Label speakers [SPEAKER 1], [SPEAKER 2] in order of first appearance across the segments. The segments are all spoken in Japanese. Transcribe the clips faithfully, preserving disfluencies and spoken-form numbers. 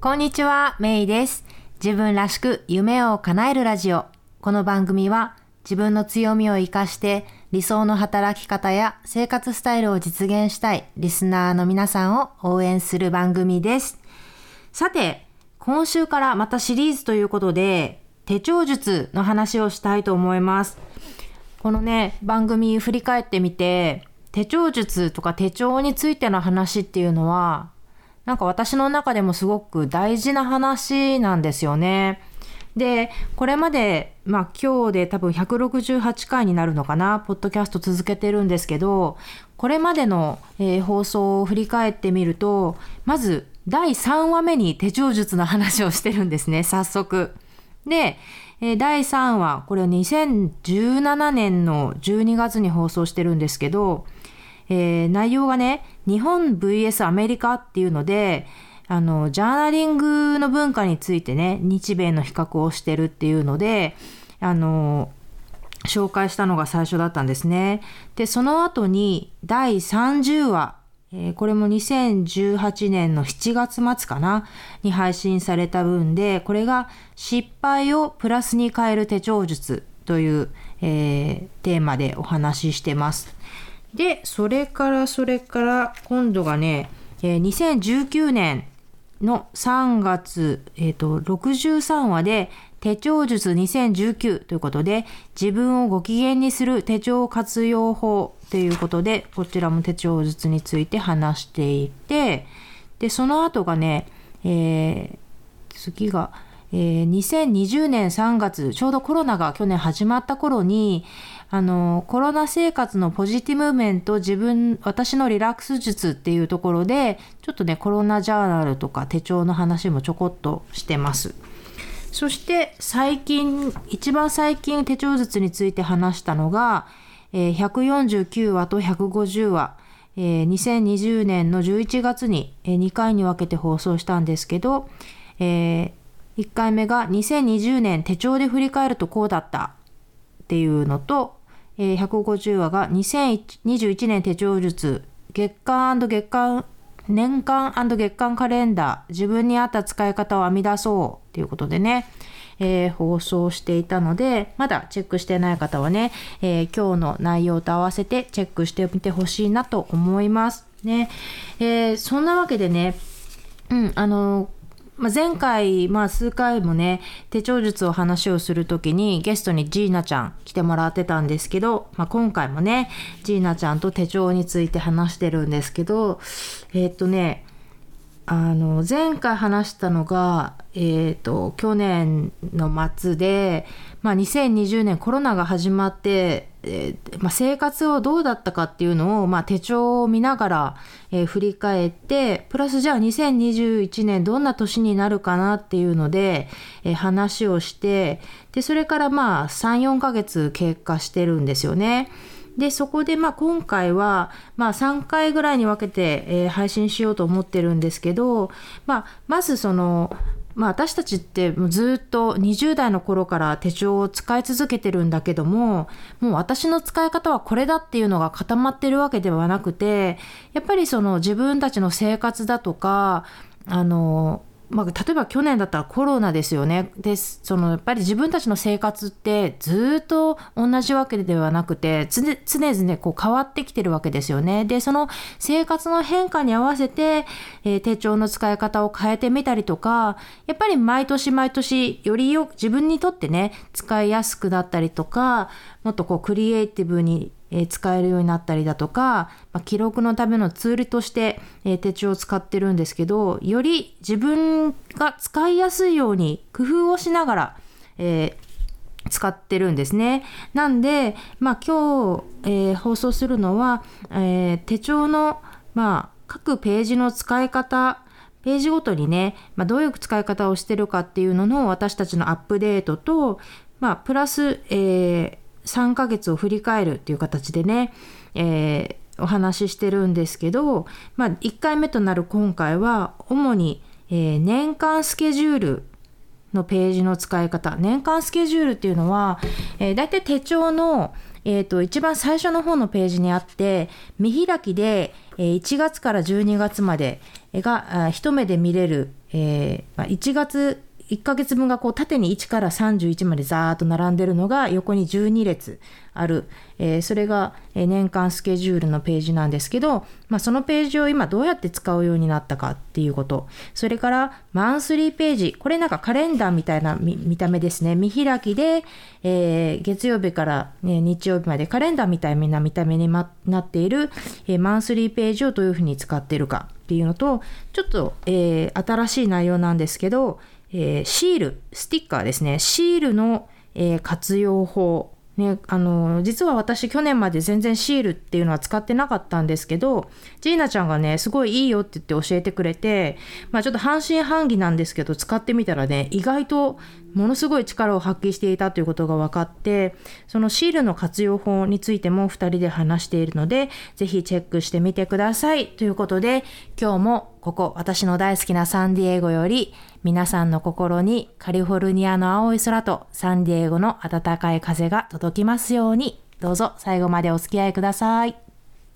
[SPEAKER 1] こんにちは、メイです。自分らしく夢を叶えるラジオ。この番組は自分の強みを生かして理想の働き方や生活スタイルを実現したいリスナーの皆さんを応援する番組です。さて、今週からまたシリーズということで手帳術の話をしたいと思います。このね、番組振り返ってみて、手帳術とか手帳についての話っていうのはなんか私の中でもすごく大事な話なんですよね。で、これまで、まあ今日で多分ひゃくろくじゅうはちかいになるのかな、ポッドキャスト続けてるんですけど、これまでの、えー、放送を振り返ってみると、まずだいさんわめに手帳術の話をしてるんですね、早速。で、えー、だいさんわ、これにせんじゅうななねんのじゅうにがつに放送してるんですけど、えー、内容がね、日本 ブイエス アメリカっていうので、あの、ジャーナリングの文化についてね、日米の比較をしてるっていうので、あの、紹介したのが最初だったんですね。で、その後にだいさんじゅうわ、えー、これもにせんじゅうはちねんのしちがつまつかな、に配信された分で、これが失敗をプラスに変える手帳術という、えー、テーマでお話ししてます。で、それからそれから今度がね、えー、にせんじゅうきゅうねんのさんがつ、えーと、ろくじゅうさんわで手帳術にせんじゅうきゅうということで、自分をご機嫌にする手帳活用法ということで、こちらも手帳術について話していて、で、その後がね、えー、次が、えー、にせんにじゅうねんさんがつ、ちょうどコロナが去年始まった頃に、あのコロナ生活のポジティブ面と自分私のリラックス術っていうところでちょっとねコロナジャーナルとか手帳の話もちょこっとしてます。そして最近一番最近手帳術について話したのが、えー、ひゃくよんじゅうきゅうわとひゃくごじゅうわ、えー、にせんにじゅうねんのじゅういちがつに、えー、にかいに分けて放送したんですけど、えー、いっかいめがにせんにじゅうねん手帳で振り返るとこうだったっていうのと、ひゃくごじゅうわがにせんにじゅういちねん手帳術月間&月間年間&月間カレンダー自分に合った使い方を編み出そうということでね、えー、放送していたので、まだチェックしてない方はね、えー、今日の内容と合わせてチェックしてみてほしいなと思いますね。えー、そんなわけでね、うんあのまあ、前回、まあ、数回もね手帳術を話をするときにゲストにジーナちゃん来てもらってたんですけど、まあ、今回もねジーナちゃんと手帳について話してるんですけど、えー、っとねあの前回話したのが、えー、と去年の末で、まあ、にせんにじゅうねんコロナが始まって、えーまあ、生活をどうだったかっていうのを、まあ、手帳を見ながら、えー、振り返ってプラスじゃあにせんにじゅういちねんどんな年になるかなっていうので、えー、話をしてでそれからまあさん、よんかげつ経過してるんですよね。でそこでまあ今回はまあさんかいぐらいに分けて、えー、配信しようと思ってるんですけど、まあ、まずその、まあ、私たちってもうずっとにじゅうだいの頃から手帳を使い続けてるんだけども、もう私の使い方はこれだっていうのが固まってるわけではなくて、やっぱりその自分たちの生活だとかあのまあ、例えば去年だったらコロナですよね。で、そのやっぱり自分たちの生活ってずっと同じわけではなくて、常々こう変わってきてるわけですよね。で、その生活の変化に合わせて、えー、手帳の使い方を変えてみたりとか、やっぱり毎年毎年よりよ自分にとってね使いやすくなったりとか、もっとこうクリエイティブに使えるようになったりだとか、まあ、記録のためのツールとして、えー、手帳を使ってるんですけど、より自分が使いやすいように工夫をしながら、えー、使ってるんですね。なんで、まあ、今日、えー、放送するのは、えー、手帳の、まあ、各ページの使い方、ページごとにね、まあ、どういう使い方をしてるかっていうのの私たちのアップデートと、まあ、プラス、えーさんかげつを振り返るっていう形でね、えー、お話ししてるんですけど、まあ、いっかいめとなる今回は主に、えー、年間スケジュールのページの使い方。年間スケジュールっていうのは、えー、だいたい手帳の、 えーと、一番最初の方のページにあって、見開きで、えーいちがつからじゅうにがつまでがあ一目で見れる、えーまあ、いちがついっかげつぶんがこう縦にいちからさんじゅういちまでザーッと並んでるのが横にじゅうにれつある、えーそれがえー年間スケジュールのページなんですけど、まあ、そのページを今どうやって使うようになったかっていうこと、それからマンスリーページ、これなんかカレンダーみたいな 見, 見た目ですね。見開きで、えー月曜日から、ね、日曜日までカレンダーみたいな見た目に、ま、なっている、えーマンスリーページをどういうふうに使っているかっていうのと、ちょっと、えー新しい内容なんですけど、えーシール、スティッカーですね。シールの、えー活用法。ね、あの、実は私去年まで全然シールっていうのは使ってなかったんですけど、ジーナちゃんがね、すごいいいよって言って教えてくれて、まあちょっと半信半疑なんですけど、使ってみたらね、意外とものすごい力を発揮していたということが分かって、そのシールの活用法についてもふたりで話しているので、ぜひチェックしてみてください。ということで、今日もここ、私の大好きなサンディエゴより、皆さんの心にカリフォルニアの青い空とサンディエゴの暖かい風が届きますように、どうぞ最後までお付き合いください。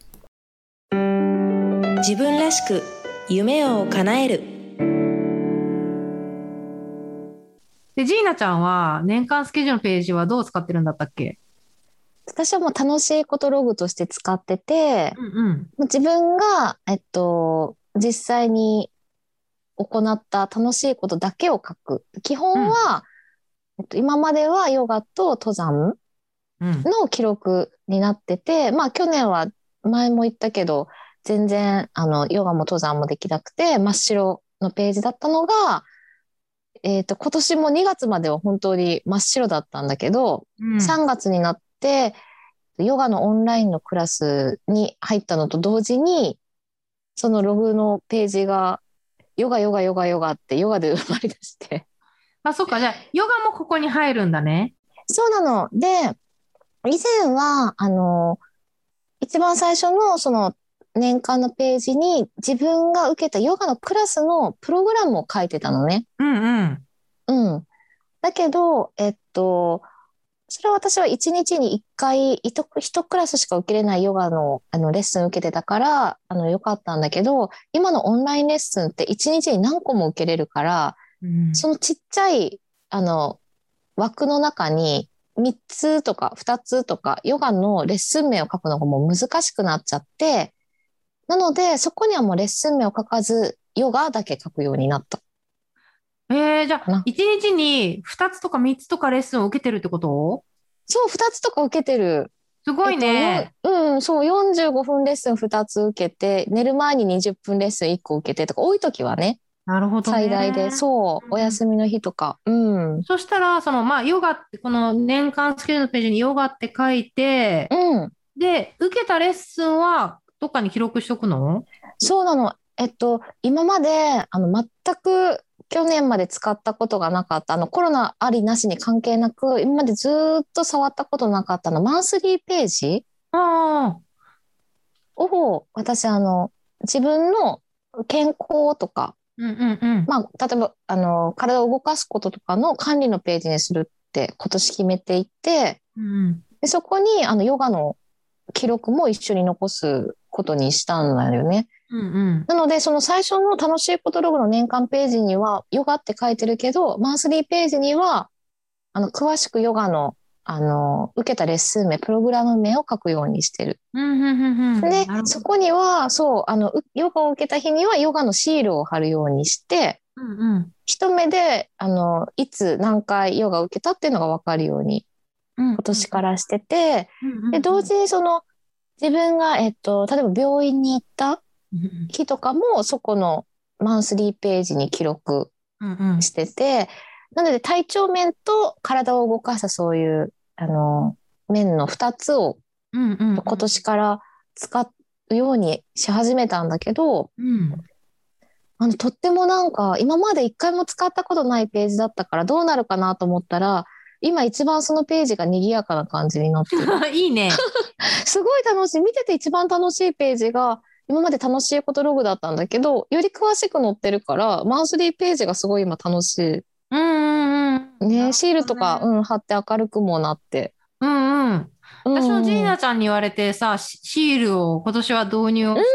[SPEAKER 1] 自分らしく夢を叶える。で、ジーナちゃんは年間スケジュールのページはどう使ってるんだったっけ？
[SPEAKER 2] 私はもう楽しいことログとして使ってて、
[SPEAKER 1] うんうん。
[SPEAKER 2] 自分が、えっと、実際に行った楽しいことだけを書く。基
[SPEAKER 1] うん。
[SPEAKER 2] 本は、えっと、今まではヨガと登山
[SPEAKER 1] うん。
[SPEAKER 2] の記録になってて、まあ去年は前も言ったけど、全然あのヨガも登山もできなくて真っ白のページだったのが、えっと、今年もにがつまでは本当に真っ白だったんだけど、
[SPEAKER 1] うん。
[SPEAKER 2] さんがつになってヨガのオンラインのクラスに入ったのと同時に、そのログのページがヨガヨガヨガヨガってヨガで生まれ出して。
[SPEAKER 1] あ、そっか。じゃあ、ヨガもここに入るんだね。
[SPEAKER 2] そうなの。で、以前は、あの、一番最初のその年間のページに自分が受けたヨガのクラスのプログラムを書いてたのね。
[SPEAKER 1] うんうん。
[SPEAKER 2] うん。だけど、えっと、それは私はいちにちにいっかい、いと一クラスしか受けれないヨガの、あのレッスン受けてたから、あの、よかったんだけど、今のオンラインレッスンっていちにちに何個も受けれるから、
[SPEAKER 1] うん。
[SPEAKER 2] そのちっちゃい、あの、枠の中にみっつとかふたつとかヨガのレッスン名を書くのがもう難しくなっちゃって、なのでそこにはもうレッスン名を書かず、ヨガだけ書くようになった
[SPEAKER 1] えー、じゃあ、
[SPEAKER 2] かな。
[SPEAKER 1] いちにちにふたつとかみっつとかレッスンを受けてるってこと？
[SPEAKER 2] そう、ふたつとか受けてる。
[SPEAKER 1] すごい
[SPEAKER 2] えっと、よん、
[SPEAKER 1] ね。
[SPEAKER 2] うん、そう、よんじゅうごふんレッスンふたつ受けて、寝る前ににじゅっぷんレッスンいっこ受けてとか、多い時はね、
[SPEAKER 1] なるほどね。
[SPEAKER 2] 最大で、そう、お
[SPEAKER 1] うんうん。
[SPEAKER 2] 休みの日とか、うん、
[SPEAKER 1] そしたら、その、まあ、ヨガって、この年間スケジュールのページにヨガって書いて、
[SPEAKER 2] うん。
[SPEAKER 1] で、受けたレッスンはどっかに記録しとくの？
[SPEAKER 2] そうなの。えっと、今まで、あの、全く去年まで使ったことがなかった、あの、コロナありなしに関係なく、今までずーっと触ったことなかったの、マンスリーページ
[SPEAKER 1] ああ、
[SPEAKER 2] を、私、あの、自分の健康とか、
[SPEAKER 1] うんうんうん。
[SPEAKER 2] まあ、例えば、あの、体を動かすこととかの管理のページにするって今年決めていて、
[SPEAKER 1] うん
[SPEAKER 2] で、そこに、あの、ヨガの記録も一緒に残すことにしたんだよね。
[SPEAKER 1] うんうん。
[SPEAKER 2] なので、その最初の楽しいことログの年間ページには、ヨガって書いてるけど、マンスリーページには、あの、詳しくヨガの、あの、受けたレッスン名、プログラム名を書くようにしてる。
[SPEAKER 1] うんうんうんうん。
[SPEAKER 2] で、
[SPEAKER 1] なるほど。
[SPEAKER 2] そこには、そう、あの、うヨガを受けた日には、ヨガのシールを貼るようにして、
[SPEAKER 1] うんうん。
[SPEAKER 2] 一目で、あの、いつ何回ヨガを受けたっていうのがわかるように、
[SPEAKER 1] うん
[SPEAKER 2] 今年
[SPEAKER 1] うんうん。
[SPEAKER 2] からしてて、
[SPEAKER 1] うんう
[SPEAKER 2] で、同
[SPEAKER 1] ん
[SPEAKER 2] 時にその、自分が、えっと、例えば病院に行った
[SPEAKER 1] うん。
[SPEAKER 2] 日とかも、そこのマンスリーページに記録
[SPEAKER 1] うんうん。
[SPEAKER 2] してて、なので体調面と体を動かしたそういう、あの、面の二つを
[SPEAKER 1] うんうん
[SPEAKER 2] 今年から使うようにし始めたんだけど、
[SPEAKER 1] うん。
[SPEAKER 2] あの、とってもなんか、今まで一回も使ったことないページだったからどうなるかなと思ったら、今一番そのページが賑やかな感じになってる。
[SPEAKER 1] うん。いいね。
[SPEAKER 2] すごい楽しい。見てて一番楽しいページが、今まで楽しいことログだったんだけど、より詳しく載ってるから、マンスリーページがすごい今楽し
[SPEAKER 1] うんうんうん。
[SPEAKER 2] い。ね、
[SPEAKER 1] なるほ
[SPEAKER 2] シールとか、
[SPEAKER 1] どね。
[SPEAKER 2] うん、貼って明るくもなって。
[SPEAKER 1] うんうん。
[SPEAKER 2] う
[SPEAKER 1] 私もジー
[SPEAKER 2] ん。うん。
[SPEAKER 1] ナちゃんに言われてさ、シシールを今年は導入をして、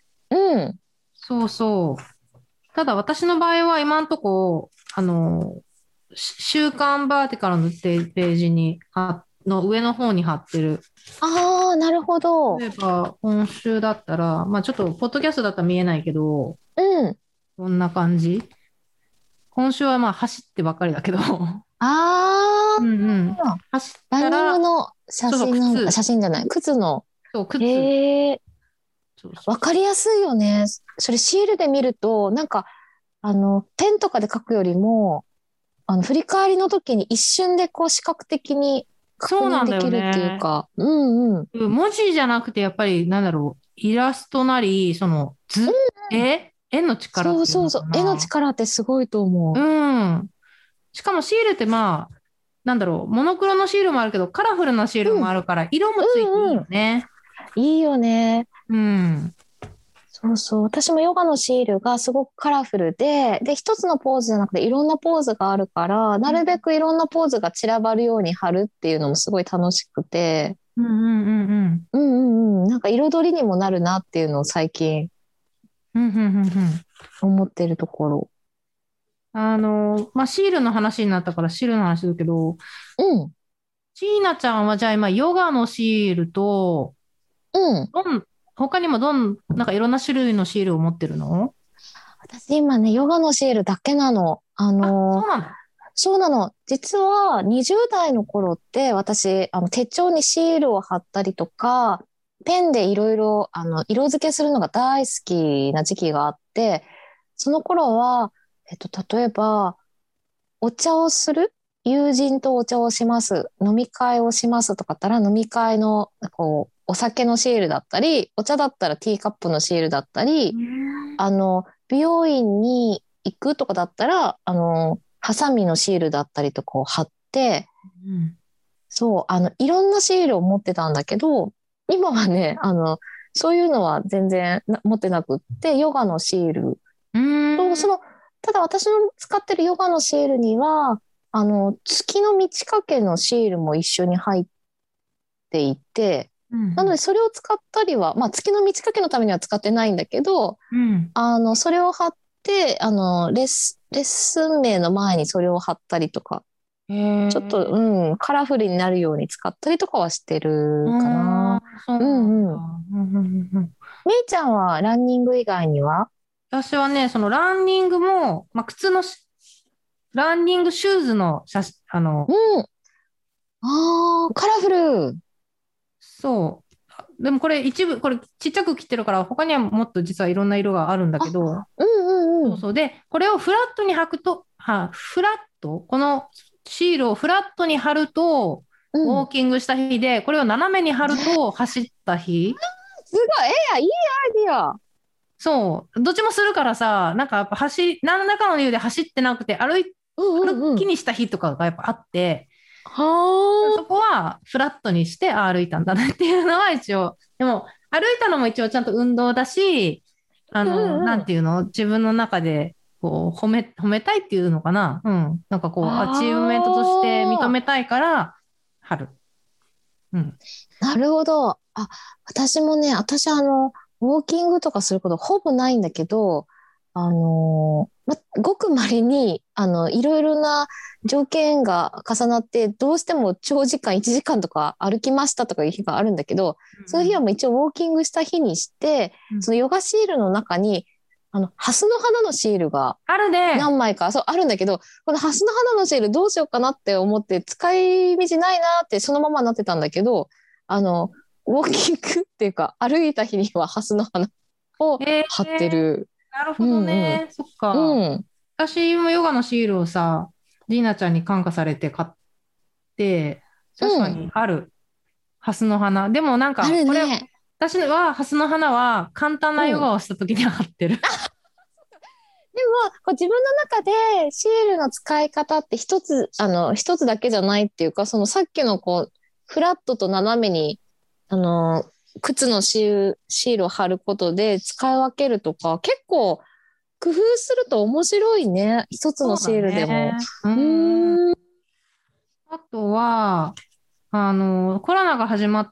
[SPEAKER 2] うん。
[SPEAKER 1] そうそう。ただ私の場合は今んとこ、あの、し週刊バーティカルのページに、はの上の方に貼ってる。
[SPEAKER 2] ああ、なるほど。
[SPEAKER 1] 例えば、今週だったら、まあちょっと、ポッドキャストだったら見えないけど、
[SPEAKER 2] うん。
[SPEAKER 1] こんな感じ。今週はまあ走ってばっかりだけど、
[SPEAKER 2] あ
[SPEAKER 1] うんうん。
[SPEAKER 2] あ、
[SPEAKER 1] 走っ
[SPEAKER 2] ランニング
[SPEAKER 1] たら、
[SPEAKER 2] の写
[SPEAKER 1] そうそう、
[SPEAKER 2] 真なんか、
[SPEAKER 1] 靴。
[SPEAKER 2] 写真じゃない、靴の。
[SPEAKER 1] そう、靴。
[SPEAKER 2] へえ、
[SPEAKER 1] そうそうそ
[SPEAKER 2] わかりやすいよね。それシールで見ると、なんか、あの、ペンとかで書くよりも、あの、振り返りの時に一瞬でこう視覚的に
[SPEAKER 1] う。
[SPEAKER 2] 確
[SPEAKER 1] そうなんだよ
[SPEAKER 2] 認できるっていう
[SPEAKER 1] ね。
[SPEAKER 2] か、うんうん。
[SPEAKER 1] うん文字じゃなくて、やっぱり、なんだろう、イラストなり、その、図、絵絵の力っていうの
[SPEAKER 2] そうそうそう。絵の
[SPEAKER 1] かな。
[SPEAKER 2] 力ってすごいと思
[SPEAKER 1] うん。しかもシールってまあ、なんだろう、モノクロのシールもあるけど、カラフルなシー
[SPEAKER 2] う。うん、
[SPEAKER 1] ルもあるから、色もついていい
[SPEAKER 2] うん、うん。
[SPEAKER 1] よね。
[SPEAKER 2] いいよね。
[SPEAKER 1] うん。
[SPEAKER 2] そうそう。私もヨガのシールがすごくカラフルで、で、一つのポーズじゃなくていろんなポーズがあるから、なるべくいろんなポーズが散らばるように貼るっていうのもすごい楽しくて、
[SPEAKER 1] うんうんうんうん。
[SPEAKER 2] うんうんうん。なんか彩りにもなるなっていうのを最近
[SPEAKER 1] うんうんうんうん。
[SPEAKER 2] 思ってるところ。
[SPEAKER 1] あの、まあ、シールの話になったからシールの話だけど、
[SPEAKER 2] うん、
[SPEAKER 1] シーナちゃんはじゃあ今、ヨガのシールと、
[SPEAKER 2] うん。
[SPEAKER 1] どん、他にもどん、なんかいろんな種類のシールを持ってるの？
[SPEAKER 2] 私今ね、ヨガのシールだけなの。あ
[SPEAKER 1] あ、
[SPEAKER 2] の
[SPEAKER 1] そうなんだ。
[SPEAKER 2] そうなの。実はにじゅう代の頃って私、あの手帳にシールを貼ったりとか、ペンでいろいろあの色付けするのが大好きな時期があって、その頃は、えっと、例えば、お茶をする友人とお茶をします。飲み会をしますとかだったら飲み会のこうお酒のシールだったり、お茶だったらティーカップのシールだったり、
[SPEAKER 1] うーん。
[SPEAKER 2] あの、美容院に行くとかだったら、あの、ハサミのシールだったりとかを貼って、
[SPEAKER 1] うん。
[SPEAKER 2] そう、あの、いろんなシールを持ってたんだけど、今はね、あの、そういうのは全然な持ってなくって、ヨガのシール
[SPEAKER 1] う
[SPEAKER 2] と、
[SPEAKER 1] ーん。
[SPEAKER 2] その、ただ私の使ってるヨガのシールには、あの、月の満ち欠けのシールも一緒に入っていて、なのでそれを使ったりは、まあ月の満ち欠けのためには使ってないんだけど、
[SPEAKER 1] うん。
[SPEAKER 2] あの、それを貼って、あの、レッス、レッスン名の前にそれを貼ったりとか、
[SPEAKER 1] へ
[SPEAKER 2] ちょっと、
[SPEAKER 1] え。
[SPEAKER 2] うん、カラフルになるように使ったりとかはしてるかな。
[SPEAKER 1] ああ、そう
[SPEAKER 2] う
[SPEAKER 1] なんだ。
[SPEAKER 2] んうん。
[SPEAKER 1] うんうんうんうん。
[SPEAKER 2] めいちゃんはランニング以外には？
[SPEAKER 1] 私はね、そのランニングも、まあ、靴のしランニングシューズの写真、あの、
[SPEAKER 2] うん。ああ、カラフル。
[SPEAKER 1] そう。でもこれ一部、これちっちゃく切ってるから、他にはもっと実はいろんな色があるんだけ
[SPEAKER 2] あ、
[SPEAKER 1] ど、
[SPEAKER 2] うんうんうん。
[SPEAKER 1] そうそう。で、これをフラットに履くと、は、フラットこのシールをフラットに貼ると、ウ
[SPEAKER 2] うん。
[SPEAKER 1] ォーキングした日で、これを斜めに貼ると走った日。
[SPEAKER 2] すごい。えや、いいアイディア。
[SPEAKER 1] そう。どっちもするからさ、なんかやっぱ走、何らかの理由で走ってなくて、歩い、
[SPEAKER 2] うんうんうん。
[SPEAKER 1] 歩きにした日とかがやっぱあって、そ
[SPEAKER 2] は
[SPEAKER 1] こはフラットにして、あ、歩いたんだなっていうのは一応、でも、歩いたのも一応ちゃんと運動だし、あ
[SPEAKER 2] あ。う
[SPEAKER 1] の、な
[SPEAKER 2] んうん。
[SPEAKER 1] んていうの自分の中で、こう、褒め、褒めたいっていうのかなうん。なんかこう、アチーブメントとして認
[SPEAKER 2] ああ、
[SPEAKER 1] めたいから、春。うん。
[SPEAKER 2] なるほど。あ、私もね、私あの、ウォーキングとかすることほぼないんだけど、あのーま、ごく稀に、あの、いろいろな条件が重なって、どうしても長時間いちじかんとか歩きましたとかいう日があるんだけど、その日はもう一応ウォーキングした日にして、
[SPEAKER 1] うん。
[SPEAKER 2] そのヨガシールの中に、あの、ハスの花のシールが
[SPEAKER 1] あるね。
[SPEAKER 2] 何枚か、そう、あるんだけど、このハスの花のシールどうしようかなって思って、使い道ないなってそのままなってたんだけど、あの、ウォーキングっていうか、歩いた日にはハスの花を
[SPEAKER 1] え
[SPEAKER 2] 貼って
[SPEAKER 1] ー、
[SPEAKER 2] る。う
[SPEAKER 1] なるほど
[SPEAKER 2] んうん。
[SPEAKER 1] ね。そっか。
[SPEAKER 2] うん。
[SPEAKER 1] 私もヨガのシールをさ、リーナちゃんに感化されて買って、
[SPEAKER 2] う
[SPEAKER 1] 確か
[SPEAKER 2] ん。
[SPEAKER 1] にある。ハスの花。でもなん
[SPEAKER 2] あ
[SPEAKER 1] か、これ、
[SPEAKER 2] るね。
[SPEAKER 1] 私はハスの花は簡単なヨ
[SPEAKER 2] うん。
[SPEAKER 1] ガをした時に貼ってる。
[SPEAKER 2] でも、こう自分の中でシールの使い方って一つ、あの、一つだけじゃないっていうか、そのさっきのこう、フラットと斜めに、あの、靴のシール、シールを貼ることで使い分けるとか、結構工夫すると面白いね。一つの
[SPEAKER 1] そうだ
[SPEAKER 2] シールでも。
[SPEAKER 1] ね。う
[SPEAKER 2] う
[SPEAKER 1] んうん。
[SPEAKER 2] ーん。
[SPEAKER 1] あとは、 あの、コロナが始まって、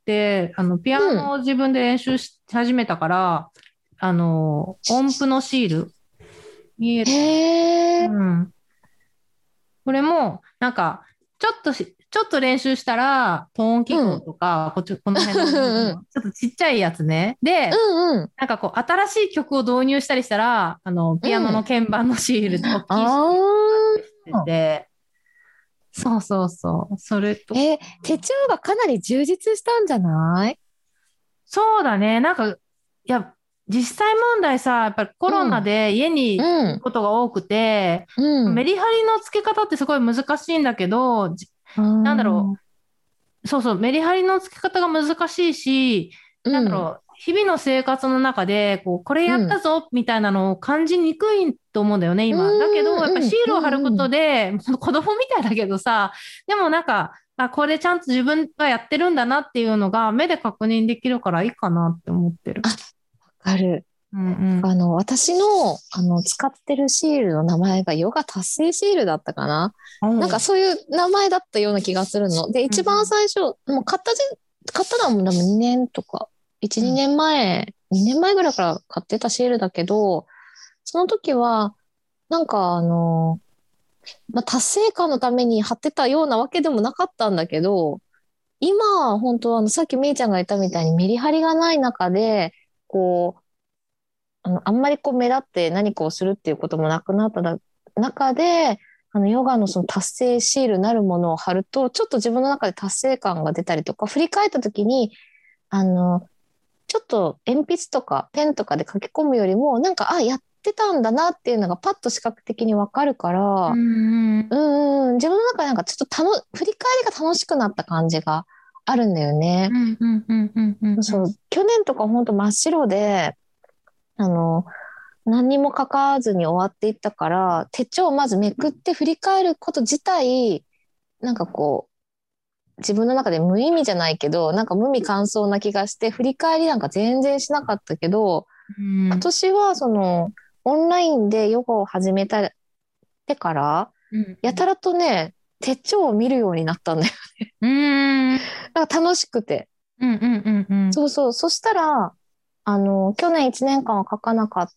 [SPEAKER 1] あの、ピア
[SPEAKER 2] うん。
[SPEAKER 1] ノを自分で練習し始めたから、あの、音符のシール、見えるか
[SPEAKER 2] へえ。
[SPEAKER 1] な。うん。これも、なんか、ちょっとし、ちょっと練習したら、トーン記号
[SPEAKER 2] うん。
[SPEAKER 1] とか、こっち、この辺の音符
[SPEAKER 2] うん
[SPEAKER 1] の、ちょっとちっちゃいやつね。
[SPEAKER 2] う
[SPEAKER 1] で、
[SPEAKER 2] んうん。
[SPEAKER 1] なんかこう、新しい曲を導入したりしたら、あの、ピアノの
[SPEAKER 2] うん。
[SPEAKER 1] 鍵盤のシール、大きいシールとかってして
[SPEAKER 2] あ
[SPEAKER 1] て、そうそうそう。それと、
[SPEAKER 2] ー。え、手帳がかなり充実したんじゃない？
[SPEAKER 1] そうだね。なんか、いや、実際問題さ、やっぱりコロナ
[SPEAKER 2] うん。
[SPEAKER 1] で家にい
[SPEAKER 2] うん。
[SPEAKER 1] ることが多くて、
[SPEAKER 2] うん。
[SPEAKER 1] メリハリのつけ方ってすごい難しいんだけど、じ
[SPEAKER 2] あ
[SPEAKER 1] なんだろ
[SPEAKER 2] ー。
[SPEAKER 1] う。そうそう、メリハリのつけ方が難しいし、
[SPEAKER 2] うん。
[SPEAKER 1] なんだろう。日々の生活の中で、こう、これやった
[SPEAKER 2] うん。
[SPEAKER 1] ぞ、みたいなのを感じにくいと思うんだよね、
[SPEAKER 2] う
[SPEAKER 1] 今。だけど、やっぱり
[SPEAKER 2] ん。うん。
[SPEAKER 1] シールを貼るこ
[SPEAKER 2] うん。うん。
[SPEAKER 1] とで、子供みたいだけどさ、でもなんか、あ、これちゃんと自分がやってるんだなっていうのが目で確認できるからいいかなって思ってる。
[SPEAKER 2] あ、わかる。
[SPEAKER 1] うんうん。
[SPEAKER 2] あの、私の、あの、使ってるシールの名前がヨガ達成シールだったかな。
[SPEAKER 1] おう。
[SPEAKER 2] なんかそういう名前だったような気がするの。で、一番
[SPEAKER 1] うん
[SPEAKER 2] 最初、もう買ったじ、買ったのはもうでもにねんとか、いち、
[SPEAKER 1] うん。
[SPEAKER 2] にねんまえ、にねんまえぐらいから買ってたシールだけど、その時は、なんかあの、まあ、達成感のために貼ってたようなわけでもなかったんだけど、今、本当あの、さっきめいちゃんが言ったみたいにメリハリがない中で、こう、あの、あんまりこう目立って何かをするっていうこともなくなっただ中で、あの、ヨガのその達成シールなるものを貼ると、ちょっと自分の中で達成感が出たりとか、振り返った時に、あの、ちょっと鉛筆とかペンとかで書き込むよりも、なんか、あ、やってたんだなっていうのがパッと視覚的にわかるか
[SPEAKER 1] う
[SPEAKER 2] ら、
[SPEAKER 1] んうん。
[SPEAKER 2] うんうん、自分の中でなんかちょっとたの、振り返りが楽しくなった感じがあるんだよね。
[SPEAKER 1] うんうんうんうんうんうん。
[SPEAKER 2] そう、去年とか本当真っ白で、あの、何にも書かずに終わっていったから、手帳をまずめくって振り返ること自体、なんかこう、自分の中で無意味じゃないけど、なんか無味乾燥な気がして、振り返りなんか全然しなかったけど、今
[SPEAKER 1] うん
[SPEAKER 2] 年はその、オンラインでヨガを始めたてから、
[SPEAKER 1] うん
[SPEAKER 2] やたらとね、手帳を見るようになったんだよ。
[SPEAKER 1] うんうん
[SPEAKER 2] なんか楽しくて。
[SPEAKER 1] うんうんうん
[SPEAKER 2] そうそう。そしたら、あの、去年いちねんかんは書かなかった、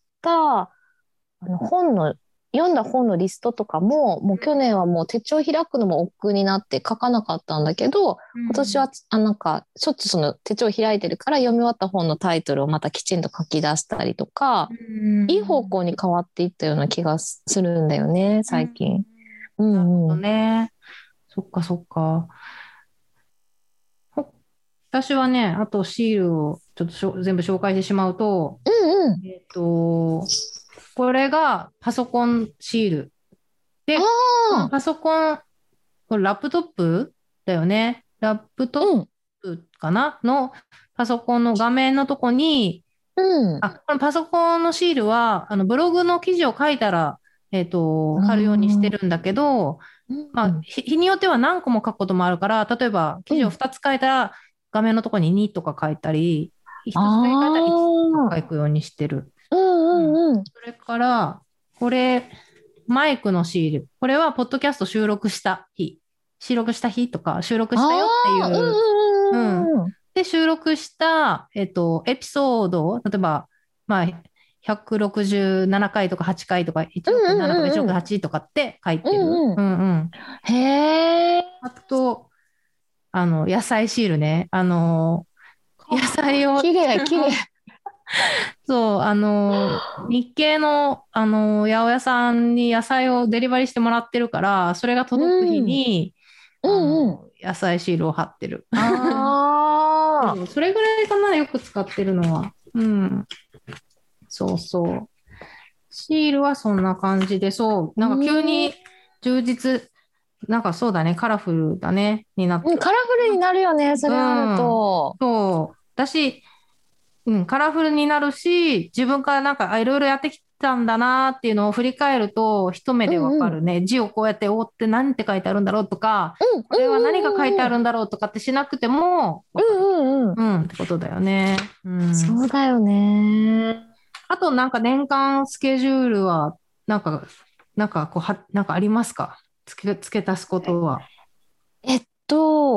[SPEAKER 2] あの、本の、読んだ本のリストとかも、もう去年はもう手帳開くのも億劫になって書かなかったんだけど、今年は、あ、なんか、しょっちゅうその手帳開いてるから読み終わった本のタイトルをまたきちんと書き出したりとか、いい方向に変わっていったような気がするんだよね、
[SPEAKER 1] うん。
[SPEAKER 2] 最近。う
[SPEAKER 1] なるほど
[SPEAKER 2] んうん。
[SPEAKER 1] ね。そっかそっか。ほ私はね、あとシールをちょっとしょ全部紹介してしまうと、
[SPEAKER 2] うんうん。
[SPEAKER 1] えっと、これがパソコンシール。
[SPEAKER 2] あ
[SPEAKER 1] で、この
[SPEAKER 2] あ、
[SPEAKER 1] パソコン、これラップトップだよね。ラップトッ
[SPEAKER 2] うん、
[SPEAKER 1] プかなのパソコンの画面のとこに、
[SPEAKER 2] うん。
[SPEAKER 1] あ、このパソコンのシールは、あの、ブログの記事を書いたら、えっと、
[SPEAKER 2] あ
[SPEAKER 1] 貼るようにして
[SPEAKER 2] あ、
[SPEAKER 1] るんだけど、
[SPEAKER 2] う
[SPEAKER 1] まあ、
[SPEAKER 2] ん、
[SPEAKER 1] 日日によっては何個も書くこともあるから、例えば記事を
[SPEAKER 2] うん。
[SPEAKER 1] ふたつ書いたら、画面のところににとか書いたり、
[SPEAKER 2] あ
[SPEAKER 1] ひとつだけ書いたらいちとか
[SPEAKER 2] あ、
[SPEAKER 1] 書くようにしてる。
[SPEAKER 2] う
[SPEAKER 1] うん。
[SPEAKER 2] ん、うん、うん。
[SPEAKER 1] それから、これ、マイクのシール。これは、ポッドキャスト収録した日。収録した日とか、収録
[SPEAKER 2] あ
[SPEAKER 1] したよってい
[SPEAKER 2] あ、う
[SPEAKER 1] う。うん。
[SPEAKER 2] ん、うん、うん。
[SPEAKER 1] で、収録した、えっと、エピソードを、例えば、まあ、ひゃくろくじゅうななかいとかはちかいとか
[SPEAKER 2] う
[SPEAKER 1] いちおくななとか1億
[SPEAKER 2] んうんうんうん。
[SPEAKER 1] はちとかって書いてる。
[SPEAKER 2] うんうん。
[SPEAKER 1] うんうん。
[SPEAKER 2] へえ。
[SPEAKER 1] あと、あの、野菜シールね。あの、野菜を、
[SPEAKER 2] 綺麗、綺麗。
[SPEAKER 1] そう、あの、日系の、あの、八百屋さんに野菜をデリバリーしてもらってるから、それが
[SPEAKER 2] う
[SPEAKER 1] 届く日
[SPEAKER 2] ん、
[SPEAKER 1] に、あ
[SPEAKER 2] うんうん。
[SPEAKER 1] の、野菜シールを貼ってる。
[SPEAKER 2] ああ、
[SPEAKER 1] そう、それぐらいかな、よく使ってるのは。うん。そうそう。シールはそんな感じで、そう、
[SPEAKER 2] う
[SPEAKER 1] なんか急
[SPEAKER 2] ん、
[SPEAKER 1] に充実、なんかそうだね、カラフルだね、になっ
[SPEAKER 2] うん、カラフルになるよね、そ
[SPEAKER 1] う
[SPEAKER 2] れある
[SPEAKER 1] ん。
[SPEAKER 2] と。
[SPEAKER 1] そう。私、うん、カラフルになるし、自分からなんか、あいろいろやってきたんだなっていうのを振り返ると、一目でわ
[SPEAKER 2] うんうん。
[SPEAKER 1] かるね。字をこうやって追って何て書いてあるんだろうとか、
[SPEAKER 2] うん、
[SPEAKER 1] これは何が書いて
[SPEAKER 2] うん、うん、うん。
[SPEAKER 1] あるんだろうとかってしなくても
[SPEAKER 2] う
[SPEAKER 1] わかる。
[SPEAKER 2] んうんうん。
[SPEAKER 1] うん、ってことだよね。うん。
[SPEAKER 2] そうだよね。
[SPEAKER 1] あとなんか年間スケジュールは、なんか、なんかこうは、なんかありますか？付け、付け足すことは。
[SPEAKER 2] えっと、
[SPEAKER 1] そ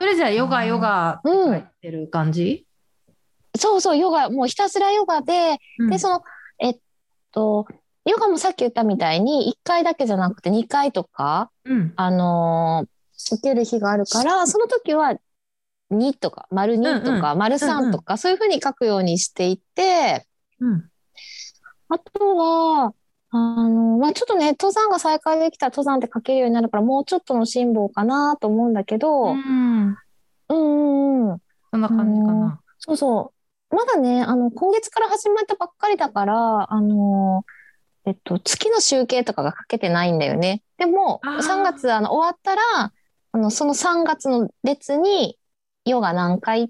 [SPEAKER 1] それじゃあヨガヨガって
[SPEAKER 2] うん。
[SPEAKER 1] 書いてる感じ？
[SPEAKER 2] そうそう、ヨガ、もうひたすらヨガで、で、
[SPEAKER 1] うん。
[SPEAKER 2] その、えっと、ヨガもさっき言ったみたいに、いっかいだけじゃなくてにかいとか、
[SPEAKER 1] うん。
[SPEAKER 2] あのー受ける日があるから、その時はにとか、丸にとか、
[SPEAKER 1] うんうん。
[SPEAKER 2] 丸
[SPEAKER 1] うんうん。
[SPEAKER 2] さんとか、そういうふうに書くようにしていて、
[SPEAKER 1] うん。
[SPEAKER 2] あとは、あの、まあ、ちょっとね、登山が再開できたら登山って書けるようになるから、もうちょっとの辛抱かなと思うんだけ
[SPEAKER 1] う
[SPEAKER 2] ど、
[SPEAKER 1] ん。
[SPEAKER 2] うんうんうん。あ
[SPEAKER 1] そんな感じか
[SPEAKER 2] のー
[SPEAKER 1] な。
[SPEAKER 2] そうそう。まだね、あの、今月から始まったばっかりだから、あのーえっと、月の集計とかが書けてないんだよね。でも、さんがつ、
[SPEAKER 1] あ
[SPEAKER 2] あの、終わったら、あの、そのさんがつの列に、ヨガ何回って、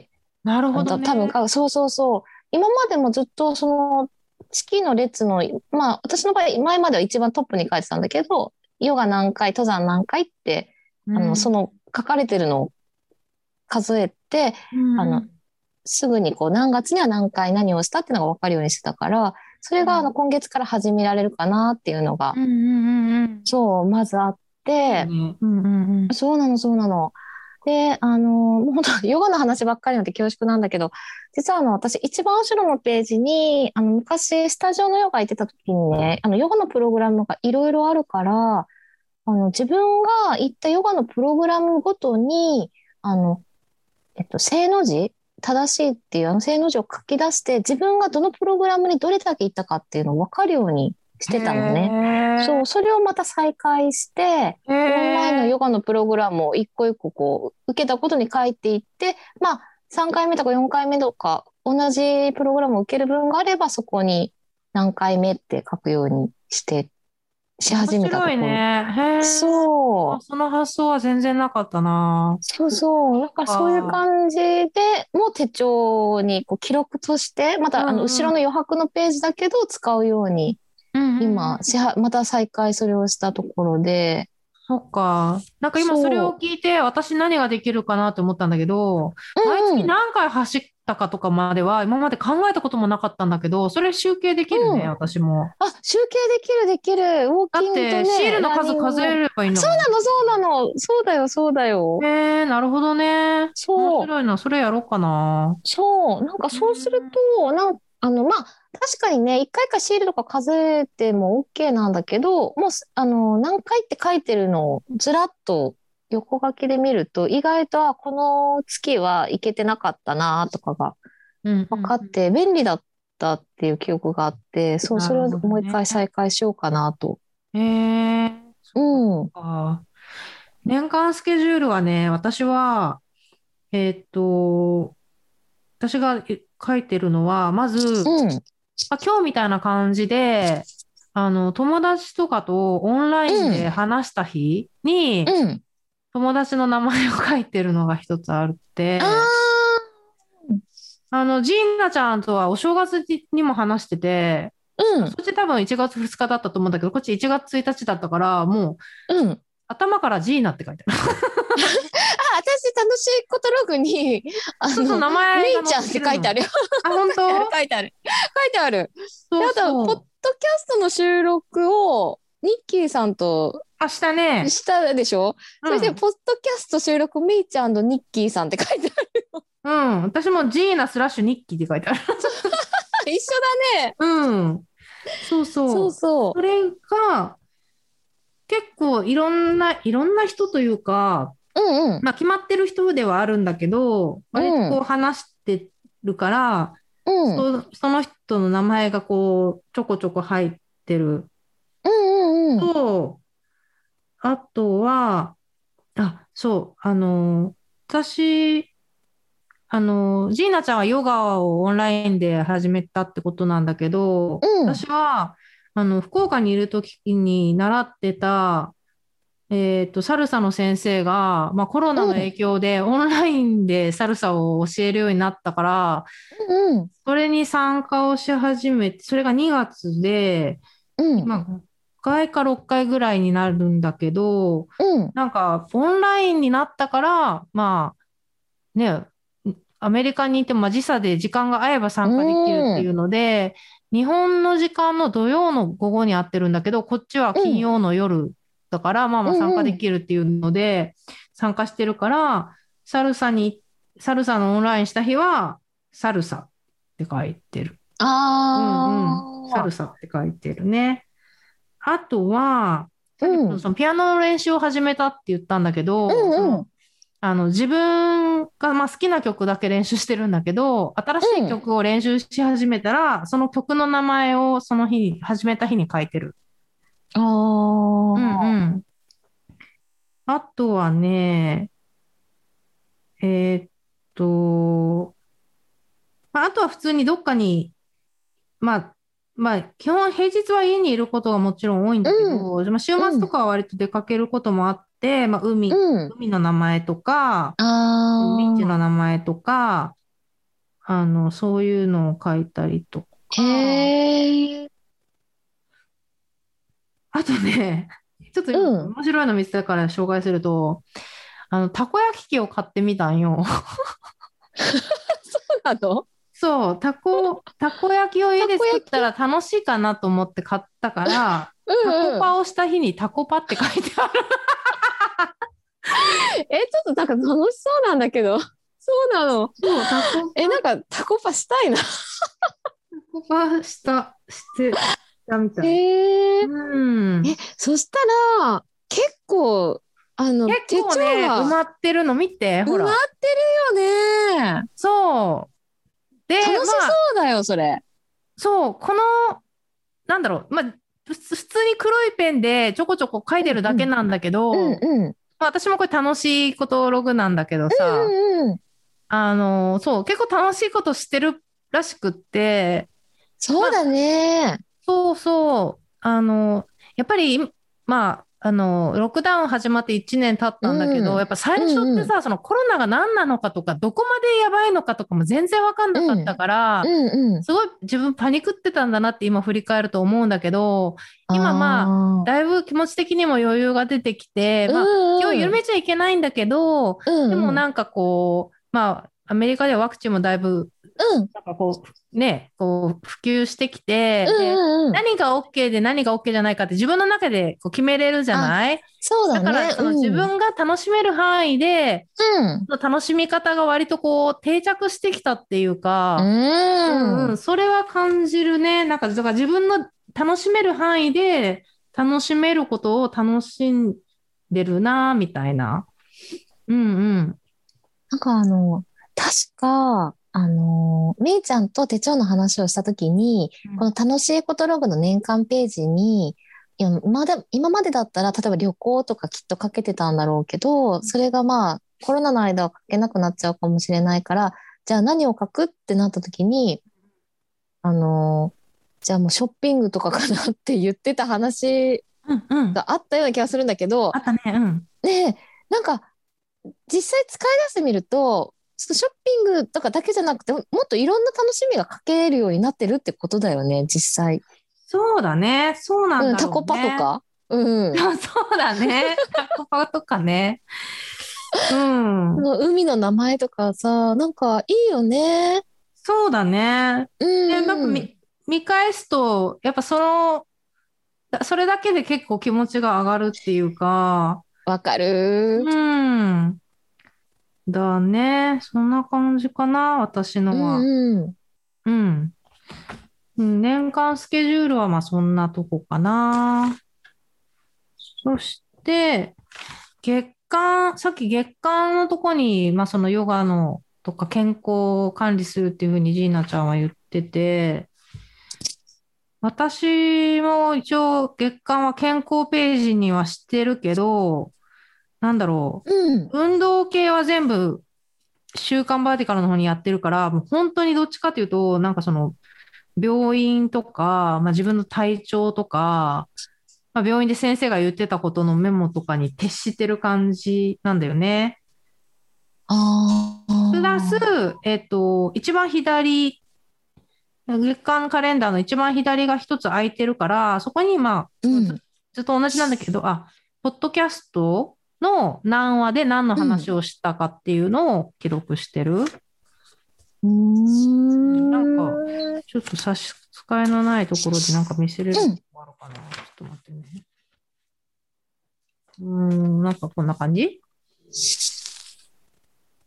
[SPEAKER 1] あ、なるほ
[SPEAKER 2] あの、た多分
[SPEAKER 1] どね。
[SPEAKER 2] か、そうそうそう。今までもずっと、その、月の列の、まあ、私の場合、前までは一番トップに書いてたんだけど、ヨガ何回、登山何回って、あの、そ
[SPEAKER 1] うん。
[SPEAKER 2] の書かれてるのを数えて、
[SPEAKER 1] う
[SPEAKER 2] あの、
[SPEAKER 1] ん。
[SPEAKER 2] すぐにこう何月には何回何をしたっていうのが分かるようにしてたから、それがあの
[SPEAKER 1] うん。
[SPEAKER 2] 今月から始められるかなっていうのが、
[SPEAKER 1] うんうんうんうん。
[SPEAKER 2] そう、まずあっ
[SPEAKER 1] いい
[SPEAKER 2] て、
[SPEAKER 1] ね。うんうんうん。
[SPEAKER 2] そうなの、そうなの。で、あの、もう本当、ヨガの話ばっかりなんで恐縮なんだけど、実はあの、私、一番後ろのページに、あの、昔、スタジオのヨガ行ってた時にね、あの、ヨガのプログラムがいろいろあるから、あの、自分が行ったヨガのプログラムごとに、あの、えっと、正の字、正しいっていうあの正の字を書き出して、自分がどのプログラムにどれだけ行ったかっていうのを分かるようにし
[SPEAKER 1] へ
[SPEAKER 2] てたのね。そ
[SPEAKER 1] え。
[SPEAKER 2] う、それをまた再開して、
[SPEAKER 1] へ
[SPEAKER 2] オンラインの
[SPEAKER 1] え。
[SPEAKER 2] ヨガのプログラムを一個一個こう、受けたことに書いていって、まあ、さんかいめとかよんかいめとか、同じプログラムを受ける分があれば、そこに何回目って書くようにして、し
[SPEAKER 1] 面
[SPEAKER 2] 始めたと
[SPEAKER 1] 白い
[SPEAKER 2] ころ。
[SPEAKER 1] ね。へえ。あ、
[SPEAKER 2] そう。
[SPEAKER 1] その発想は全然なかったな。
[SPEAKER 2] そうそう。なんかそういう
[SPEAKER 1] あ
[SPEAKER 2] 感じで、もう手帳にこう記録として、ま
[SPEAKER 1] あ。う
[SPEAKER 2] たあの後ろの
[SPEAKER 1] んうん。
[SPEAKER 2] 余白のページだけど使うように、
[SPEAKER 1] うんうん
[SPEAKER 2] 今、
[SPEAKER 1] うん。
[SPEAKER 2] しは、また再開それをしたところで、
[SPEAKER 1] そっか。なんか今それを
[SPEAKER 2] そ
[SPEAKER 1] 聞いて私何ができるかなって思ったんだけど、
[SPEAKER 2] う。
[SPEAKER 1] 毎
[SPEAKER 2] うんうん。
[SPEAKER 1] 月何回走ったかとかまでは今まで考えたこともなかったんだけど、それ集計できるね、
[SPEAKER 2] うん。
[SPEAKER 1] 私も。
[SPEAKER 2] あ、集計できるできる。ウォーキングと
[SPEAKER 1] だってシール
[SPEAKER 2] ね、ランニ
[SPEAKER 1] の数
[SPEAKER 2] ングも。
[SPEAKER 1] 数えればいいんだもん。
[SPEAKER 2] そうなの、そうなの。そうだよ、そうだよ。
[SPEAKER 1] へえ、なるほどね。面
[SPEAKER 2] そう。
[SPEAKER 1] 白いな。それやろうかな。
[SPEAKER 2] そう。なんか
[SPEAKER 1] う
[SPEAKER 2] そうする
[SPEAKER 1] ん
[SPEAKER 2] と、なん、あの、まあ、確かにね、一回かシールとか数えても OK なんだけど、もうす、あの、何回って書いてるのをずらっと横書きで見ると、意外と、あ、この月はいけてなかったなとかが
[SPEAKER 1] うんう
[SPEAKER 2] 分か
[SPEAKER 1] んうん。
[SPEAKER 2] って、便利だったっていう記憶があって、そう、
[SPEAKER 1] なる
[SPEAKER 2] それを
[SPEAKER 1] ほどね。
[SPEAKER 2] もう一回再開しようかなと。
[SPEAKER 1] へえ、そ
[SPEAKER 2] う
[SPEAKER 1] っかそっ
[SPEAKER 2] ん、
[SPEAKER 1] か。年間スケジュールはね、私は、えーっと、私がえ書いてるのは、まず、
[SPEAKER 2] うん、
[SPEAKER 1] まあ、今日みたいな感じで、あの、友達とかとオンラインで
[SPEAKER 2] うん、
[SPEAKER 1] 話した日に、
[SPEAKER 2] うん。
[SPEAKER 1] 友達の名前を書いてるのが一つあっ
[SPEAKER 2] あ
[SPEAKER 1] て、
[SPEAKER 2] ー、
[SPEAKER 1] あの、ジーナちゃんとはお正月にも話してて、
[SPEAKER 2] うん、
[SPEAKER 1] そっち多分いちがつふつかだったと思うんだけど、こっちいちがつついたちだったから、もう
[SPEAKER 2] うん。
[SPEAKER 1] 頭からジーナって書いてある。
[SPEAKER 2] あ、私、楽しいことログに、あ
[SPEAKER 1] そうそう、
[SPEAKER 2] の、
[SPEAKER 1] 名前が載っ
[SPEAKER 2] みーちゃんって
[SPEAKER 1] てるの。
[SPEAKER 2] 書いてあるよ。
[SPEAKER 1] あ、本
[SPEAKER 2] 書いてある、
[SPEAKER 1] 当？
[SPEAKER 2] 書いてある。書いてある。で、
[SPEAKER 1] そう
[SPEAKER 2] あと、ポッ
[SPEAKER 1] そう。
[SPEAKER 2] ドキャストの収録を、ニッキーさんと
[SPEAKER 1] 明日ね、
[SPEAKER 2] したでしょ？そして、
[SPEAKER 1] うん、
[SPEAKER 2] ポッドキャスト収録、みーちゃんとニッキーさんって書いてある。
[SPEAKER 1] うん。私もジーナスラッシュ日記って書いてある。
[SPEAKER 2] 一緒だね。
[SPEAKER 1] うん。そう
[SPEAKER 2] そう
[SPEAKER 1] そう。
[SPEAKER 2] そ
[SPEAKER 1] それが、結構いろんな、いろんな人というか、
[SPEAKER 2] う。うんうん。
[SPEAKER 1] まあ決まってる人ではあるんだけど、
[SPEAKER 2] う
[SPEAKER 1] 割とこう
[SPEAKER 2] ん。
[SPEAKER 1] 話してるから、
[SPEAKER 2] うん。うん
[SPEAKER 1] そ、その人の名前がこう、ちょこちょこ入ってる
[SPEAKER 2] うんうん。
[SPEAKER 1] と、あとは、あ、そう、あの、私、あの、ジーナちゃんはヨガをオンラインで始めたってことなんだけど、
[SPEAKER 2] うん。
[SPEAKER 1] 私は、あの、福岡にいる時に習ってた、えっと、サルサの先生が、まあ、コロナの
[SPEAKER 2] うん。
[SPEAKER 1] 影響でオンラインでサルサを教えるようになったから、
[SPEAKER 2] うん。
[SPEAKER 1] それに参加をし始めて、それがにがつで、
[SPEAKER 2] うん。
[SPEAKER 1] 今、ごかいかろっかいぐらいになるんだけど、
[SPEAKER 2] うん。
[SPEAKER 1] なんか、オンラインになったから、まあ、ね、アメリカにいても、まあ、時差で時間が合えば
[SPEAKER 2] う
[SPEAKER 1] 参加できるって
[SPEAKER 2] ん。
[SPEAKER 1] いうので、日本の時間の土曜の午後に合ってるんだけど、こっちは
[SPEAKER 2] うん。
[SPEAKER 1] 金曜の夜だから、まあまあ参加
[SPEAKER 2] うん。
[SPEAKER 1] できるっていうので、参加してるから、 サルサに、サルサのオンラインした日は、サルサって書いてる。うんうん。サ
[SPEAKER 2] ああ、
[SPEAKER 1] ルサって書いてるね。あとは、さっき
[SPEAKER 2] うん、
[SPEAKER 1] そのピアノの練習を始めたって言ったんだけ
[SPEAKER 2] う
[SPEAKER 1] ど、そ
[SPEAKER 2] ん、う
[SPEAKER 1] の、
[SPEAKER 2] ん、
[SPEAKER 1] あの、自分が、まあ、好きな曲だけ練習してるんだけど、新しい
[SPEAKER 2] うん。
[SPEAKER 1] 曲を練習し始めたら、その曲の名前をその日、始めた日に書いてる。
[SPEAKER 2] あ
[SPEAKER 1] うん
[SPEAKER 2] あ、
[SPEAKER 1] うん。あとはね、えーっと、まあ、あとは普通にどっかに、まあ、まあ、基本平日は家にいることがもちろん多いんだけ
[SPEAKER 2] うん、
[SPEAKER 1] ど、まあ、週末
[SPEAKER 2] うん、
[SPEAKER 1] とかは割と出かけることもあって、まあ、海、
[SPEAKER 2] うん。
[SPEAKER 1] 海の名前とか、ビーチの
[SPEAKER 2] ああ、
[SPEAKER 1] 名前とか、あの、そういうのを書いたりと
[SPEAKER 2] へ
[SPEAKER 1] か、
[SPEAKER 2] え、
[SPEAKER 1] あとね、ちょっと今
[SPEAKER 2] うん。
[SPEAKER 1] 面白いの見つけたから紹介すると、あの、たこ焼き器を買ってみたんよ。
[SPEAKER 2] そうなの？
[SPEAKER 1] そう、たこ、たこ焼きを家
[SPEAKER 2] た
[SPEAKER 1] で作ったら
[SPEAKER 2] こ焼き。
[SPEAKER 1] 楽しいかなと思って買ったから、タコ
[SPEAKER 2] うんうん。
[SPEAKER 1] パをした日にタコパって書いてある。
[SPEAKER 2] え、ちょっとなんか楽しそうなんだけど。そうなの？
[SPEAKER 1] そう、タコ
[SPEAKER 2] え、なん
[SPEAKER 1] パ、
[SPEAKER 2] かタコパしたいな。
[SPEAKER 1] タコパした、して、したみたい。
[SPEAKER 2] へえ。
[SPEAKER 1] うん。
[SPEAKER 2] え、そしたら、結構、あの、
[SPEAKER 1] 結
[SPEAKER 2] 手帳
[SPEAKER 1] 構ね、埋
[SPEAKER 2] が
[SPEAKER 1] まってるの見て、
[SPEAKER 2] 埋まっ
[SPEAKER 1] ほら。
[SPEAKER 2] てるよね。
[SPEAKER 1] そう。で、
[SPEAKER 2] 楽し
[SPEAKER 1] まあ、
[SPEAKER 2] そうだよ、それ。
[SPEAKER 1] そう、この、なんだろう、まあ、ふつ普通に黒いペンでちょこちょこ書いてるだ
[SPEAKER 2] うんうん。
[SPEAKER 1] けなんだけ
[SPEAKER 2] うん
[SPEAKER 1] ど、
[SPEAKER 2] うん。
[SPEAKER 1] まあ、私もこれ楽しいことログなんだけどさ、
[SPEAKER 2] うんうん。
[SPEAKER 1] あの、そう、結構楽しいことしてるらしくって、まあ、
[SPEAKER 2] そうだね。
[SPEAKER 1] そうそう、あの、やっぱり、まあ、あの、ロックダウン始まっていちねん経ったんだけど、や
[SPEAKER 2] うん。
[SPEAKER 1] っぱ最初っ
[SPEAKER 2] うんうん。
[SPEAKER 1] てさ、そのコロナが何なのかとか、どこまでやばいのかとかも全然わかんなかった
[SPEAKER 2] うん。
[SPEAKER 1] から、
[SPEAKER 2] うんうん。
[SPEAKER 1] すごい自分パニクってたんだなって今振り返ると思うんだけど、
[SPEAKER 2] あ
[SPEAKER 1] 今まあ、
[SPEAKER 2] あ。
[SPEAKER 1] だいぶ気持ち的にも余裕が出てきて、
[SPEAKER 2] う
[SPEAKER 1] まあ、気を
[SPEAKER 2] んうん。
[SPEAKER 1] 緩めちゃいけないんだけど、で
[SPEAKER 2] うんうん。
[SPEAKER 1] もなんかこう、まあ、アメリカではワクチンもだいぶ
[SPEAKER 2] うん。
[SPEAKER 1] なんかこう、ね、こう、普及してきて、
[SPEAKER 2] う
[SPEAKER 1] で、
[SPEAKER 2] んうんうん。
[SPEAKER 1] 何が OK で何が OK じゃないかって自分の中でこう決めれるじゃ
[SPEAKER 2] あ、
[SPEAKER 1] ない
[SPEAKER 2] そうだ
[SPEAKER 1] だから、
[SPEAKER 2] ね。
[SPEAKER 1] その自
[SPEAKER 2] うん。
[SPEAKER 1] 分が楽しめる範囲で、
[SPEAKER 2] うん。
[SPEAKER 1] その楽しみ方が割とこう、定着してきたっていう
[SPEAKER 2] う
[SPEAKER 1] か、うんうん、
[SPEAKER 2] ん。
[SPEAKER 1] それは感じるね。なんか、だから自分の楽しめる範囲で、楽しめることを楽しんでるな、みたいな。うんうん。
[SPEAKER 2] なんかあの、確か、あの、めいちゃんと手帳の話をしたときに、この楽しいことログの年間ページに、いや、まだ、今までだったら、例えば旅行とかきっと書けてたんだろうけど、それがまあ、コロナの間は書けなくなっちゃうかもしれないから、じゃあ何を書くってなったときに、あの、じゃあもうショッピングとかかなって言ってた話
[SPEAKER 1] うんうん。
[SPEAKER 2] があったような気がするんだけど、
[SPEAKER 1] あったね。うん。
[SPEAKER 2] ねえ、なんか実際使い出してみると、ちょっとショッピングとかだけじゃなくて、もっといろんな楽しみが書けるようになってるってことだよね、実際。
[SPEAKER 1] そうだね。そうなん
[SPEAKER 2] うん、
[SPEAKER 1] だ
[SPEAKER 2] タコパと
[SPEAKER 1] ろうね。
[SPEAKER 2] か。うん。
[SPEAKER 1] そうだね。タコパとかね。うん。
[SPEAKER 2] その海の名前とかさ、なんかいいよね。
[SPEAKER 1] そうだね。
[SPEAKER 2] う
[SPEAKER 1] で、なんか
[SPEAKER 2] んうん。
[SPEAKER 1] 見、見返すと、やっぱその、それだけで結構気持ちが上がるっていうか、
[SPEAKER 2] わかる。
[SPEAKER 1] うん。だね。そんな感じかな、私
[SPEAKER 2] う
[SPEAKER 1] のは。
[SPEAKER 2] んうん。
[SPEAKER 1] うん。うん年間スケジュールはまあそんなとこかな。そして、月間、さっき月間のとこに、まあそのヨガのとか健康を管理するっていうふうにジーナちゃんは言ってて、私も一応月間は健康ページにはしてるけど、なんだろ
[SPEAKER 2] うん。
[SPEAKER 1] う。運動系は全部週刊バーティカルの方にやってるから、もう本当にどっちかというと、なんかその病院とか、まあ、自分の体調とか、まあ、病院で先生が言ってたことのメモとかに徹してる感じなんだよね。
[SPEAKER 2] あ
[SPEAKER 1] プラス、
[SPEAKER 2] あ。
[SPEAKER 1] えっと、一番左、月間カレンダーの一番左が一つ空いてるから、そこにまあ、ず、
[SPEAKER 2] うん。
[SPEAKER 1] ずっと同じなんだけど、あ、ポッドキャストの何話で何の
[SPEAKER 2] うん。
[SPEAKER 1] 話をしたかっていうのを記録してる。
[SPEAKER 2] うー
[SPEAKER 1] うんなんか、
[SPEAKER 2] ん。
[SPEAKER 1] ちょっと差し支えのないところでなんか見せれる
[SPEAKER 2] うん。
[SPEAKER 1] のあるかな。ちょっと待ってね。うーん、なんかこんな感じ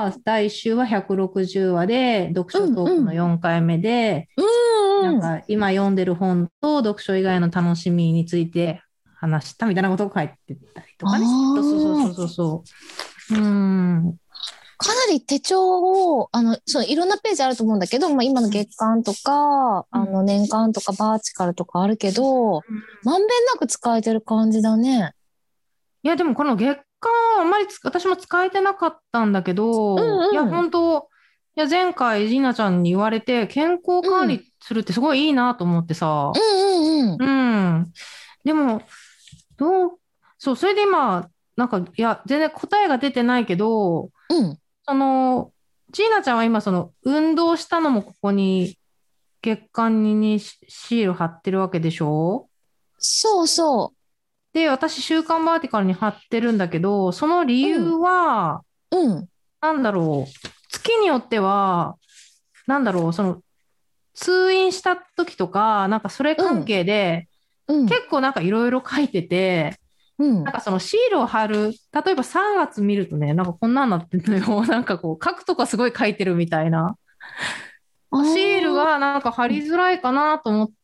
[SPEAKER 1] はだいいっ週はひゃくろくじゅうわで、読書トークのよんかいめで、
[SPEAKER 2] うんうん。
[SPEAKER 1] なんか今読んでる本と読書以外の楽しみについて話したみたいなことを書いてたりとかね。そうそうそう
[SPEAKER 2] ああ、
[SPEAKER 1] そうそう。うーん。
[SPEAKER 2] かなり手帳を、あの、そう、いろんなページあると思うんだけど、まあ今の月間とか、
[SPEAKER 1] うん
[SPEAKER 2] あの年間とかバーチカルとかあるけど、まんべんなく使えてる感じだね。
[SPEAKER 1] いや、でもこの月間はあんまりつ私も使えてなかったんだけ
[SPEAKER 2] う
[SPEAKER 1] ど、いや、
[SPEAKER 2] んうん。
[SPEAKER 1] 本当いや、前回、ジーナちゃんに言われて、健康管
[SPEAKER 2] うん。
[SPEAKER 1] 理するってすごいいいなと思ってさ。
[SPEAKER 2] うんうんうん。
[SPEAKER 1] うん。でも、どう、そう、それで今、なんか、いや、全然答えが出てないけど、
[SPEAKER 2] うん。
[SPEAKER 1] その、ジーナちゃんは今、その、運動したのもここに、月間ににシシール貼ってるわけでしょ？
[SPEAKER 2] そうそ
[SPEAKER 1] で、私、週刊バーティカルに貼ってるんだけど、その理
[SPEAKER 2] う。う
[SPEAKER 1] 由
[SPEAKER 2] ん。
[SPEAKER 1] は、
[SPEAKER 2] うん。
[SPEAKER 1] なんだろう。月によっては、なんだろう、その、通院した時とか、なんかそれ関
[SPEAKER 2] うん。
[SPEAKER 1] 係で、
[SPEAKER 2] うん。
[SPEAKER 1] 結構なんかいろいろ書いてて、
[SPEAKER 2] うん。
[SPEAKER 1] なんかそのシールを貼る、例えばさんがつ見るとね、なんかこんなんなってんのよ。なんかこう、書くとかすごい書いてるみたいな。
[SPEAKER 2] あ
[SPEAKER 1] シール
[SPEAKER 2] あ。
[SPEAKER 1] がなんか貼りづらいかなと思って、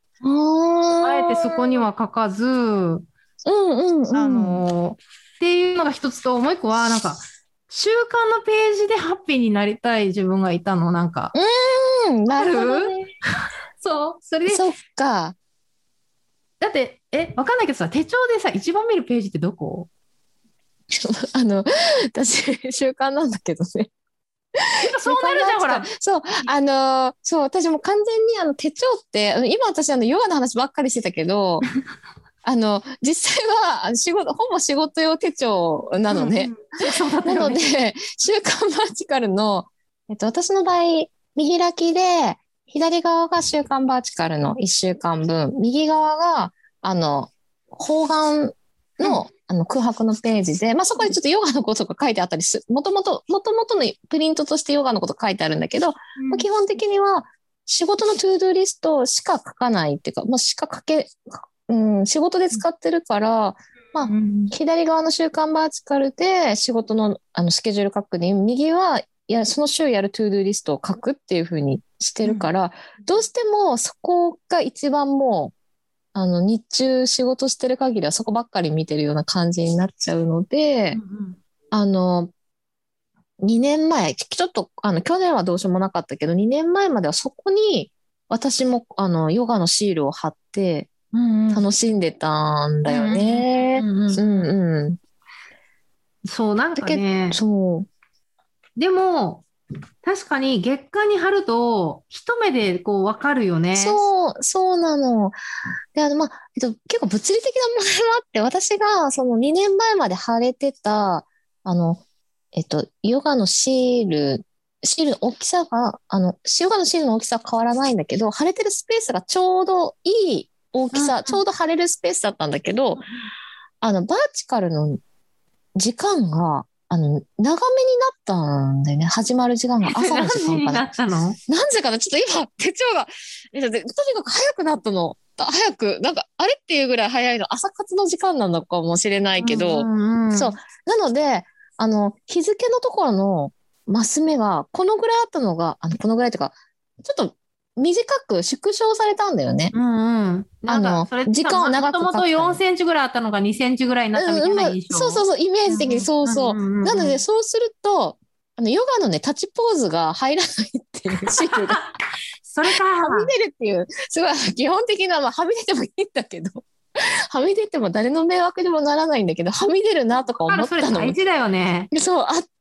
[SPEAKER 2] あ
[SPEAKER 1] あえてそこに
[SPEAKER 2] あ。
[SPEAKER 1] は書かず、
[SPEAKER 2] うんう
[SPEAKER 1] あ
[SPEAKER 2] んうん。
[SPEAKER 1] のーっていうのが一つと、もう一個は、なんか、習慣のページでハッピーになりたい自分がいたの、なんか。
[SPEAKER 2] うん、な
[SPEAKER 1] あ
[SPEAKER 2] るほど
[SPEAKER 1] る
[SPEAKER 2] ね。
[SPEAKER 1] そう。それで、
[SPEAKER 2] そっか。
[SPEAKER 1] だって、え、わかんないけどさ、手帳でさ、一番見るページってどこ？
[SPEAKER 2] あの、私、習慣なんだけどね。
[SPEAKER 1] やっぱそう
[SPEAKER 2] 習慣
[SPEAKER 1] なるじゃん、ほ
[SPEAKER 2] バッジか。
[SPEAKER 1] ら。
[SPEAKER 2] そう、あのーそう、私も完全にあの手帳って、あの今私あのヨガの話ばっかりしてたけど、あの、実際はあの仕事、ほぼ仕事用手帳なのね。
[SPEAKER 1] うんうん。そうだった
[SPEAKER 2] なので、
[SPEAKER 1] よね。
[SPEAKER 2] 週刊バーチカルの、えっと、私の場合、見開きで、左側が週刊バーチカルのいっしゅうかんぶん、右側が、あの、方眼
[SPEAKER 1] うん。
[SPEAKER 2] の、あの空白のページで、まあ、そこにちょっとヨガのことが書いてあったりする。もともと、もともとのプリントとしてヨガのこと書いてあるんだけど、まあ、基本的には仕事のトゥードゥーリストしか書かないっていうか、もうしか書け、うん、仕事で使ってるから、まあ、
[SPEAKER 1] うん。
[SPEAKER 2] 左側の週刊バーチカルで仕事の、あのスケジュール確認、右はいやその週やるトゥードゥーリストを書くっていう風にしてるから、どうしてもそこが一番もう、あの日中仕事してる限りはそこばっかり見てるような感じになっちゃうの
[SPEAKER 1] うん
[SPEAKER 2] で、あの、にねんまえ、ちょっと、あの、去年はどうしようもなかったけど、にねんまえまではそこに私も、あの、ヨガのシールを貼って
[SPEAKER 1] うんうん。
[SPEAKER 2] 楽しんでたんだよ
[SPEAKER 1] うんうん
[SPEAKER 2] ね。
[SPEAKER 1] うんうん
[SPEAKER 2] う
[SPEAKER 1] うん。
[SPEAKER 2] んうん。
[SPEAKER 1] そう、なん
[SPEAKER 2] だけど、
[SPEAKER 1] かね、
[SPEAKER 2] そう。
[SPEAKER 1] でも、確かに月間に貼ると、一目でこうわかるよね。
[SPEAKER 2] そう、そうなの。で、あの、まあ、えっと、結構物理的な問題もあって、私がそのにねんまえまえまで貼れてた、あの、えっと、ヨガのシール、シールの大きさが、あの、ヨガのシールの大きさは変わらないんだけど、貼れてるスペースがちょうどいい大
[SPEAKER 1] うんうん
[SPEAKER 2] きさ、ちょうど貼れるスペースだったんだけど、あの、バーチカルの時間が、あの、長めになったんだよね。始まる時間が朝の時
[SPEAKER 1] 何時に
[SPEAKER 2] 間から。
[SPEAKER 1] なったの？
[SPEAKER 2] なんでかなちょっと今、手帳が、えっと、でとにかく早くなったの。早く、なんか、あれっていうぐらい早いの、朝活の時間なのかもしれない
[SPEAKER 1] うん
[SPEAKER 2] けど、そう。
[SPEAKER 1] うんうん。
[SPEAKER 2] なので、あの、日付のところのマス目が、このぐらいあったのが、あの、このぐらいというか、ちょっと短く縮小されたんだよね。
[SPEAKER 1] うんうん。なんか、
[SPEAKER 2] あの、
[SPEAKER 1] それってさ、
[SPEAKER 2] 時間を
[SPEAKER 1] ま、も
[SPEAKER 2] 長く
[SPEAKER 1] ともと4
[SPEAKER 2] 書くために。
[SPEAKER 1] センチぐらいあったのがにセンチぐらいになったみたい
[SPEAKER 2] うん、
[SPEAKER 1] な
[SPEAKER 2] まあ、
[SPEAKER 1] 印象？
[SPEAKER 2] そうそうそう、イメージ的に
[SPEAKER 1] うんうん
[SPEAKER 2] そうそう。
[SPEAKER 1] うんうん
[SPEAKER 2] なので、
[SPEAKER 1] うんうん。
[SPEAKER 2] そうすると、あの、ヨガのね、タッチポーズが入らないっていうシールが
[SPEAKER 1] それか。
[SPEAKER 2] はみ出るっていう、すごい基本的な、まあ、はみ出てもいいんだけど、はみ出ても誰の迷惑にもならないんだけど、はみ出るなとか
[SPEAKER 1] わかる、それ
[SPEAKER 2] 思ったのも、
[SPEAKER 1] 大事だよね。
[SPEAKER 2] そう、あって、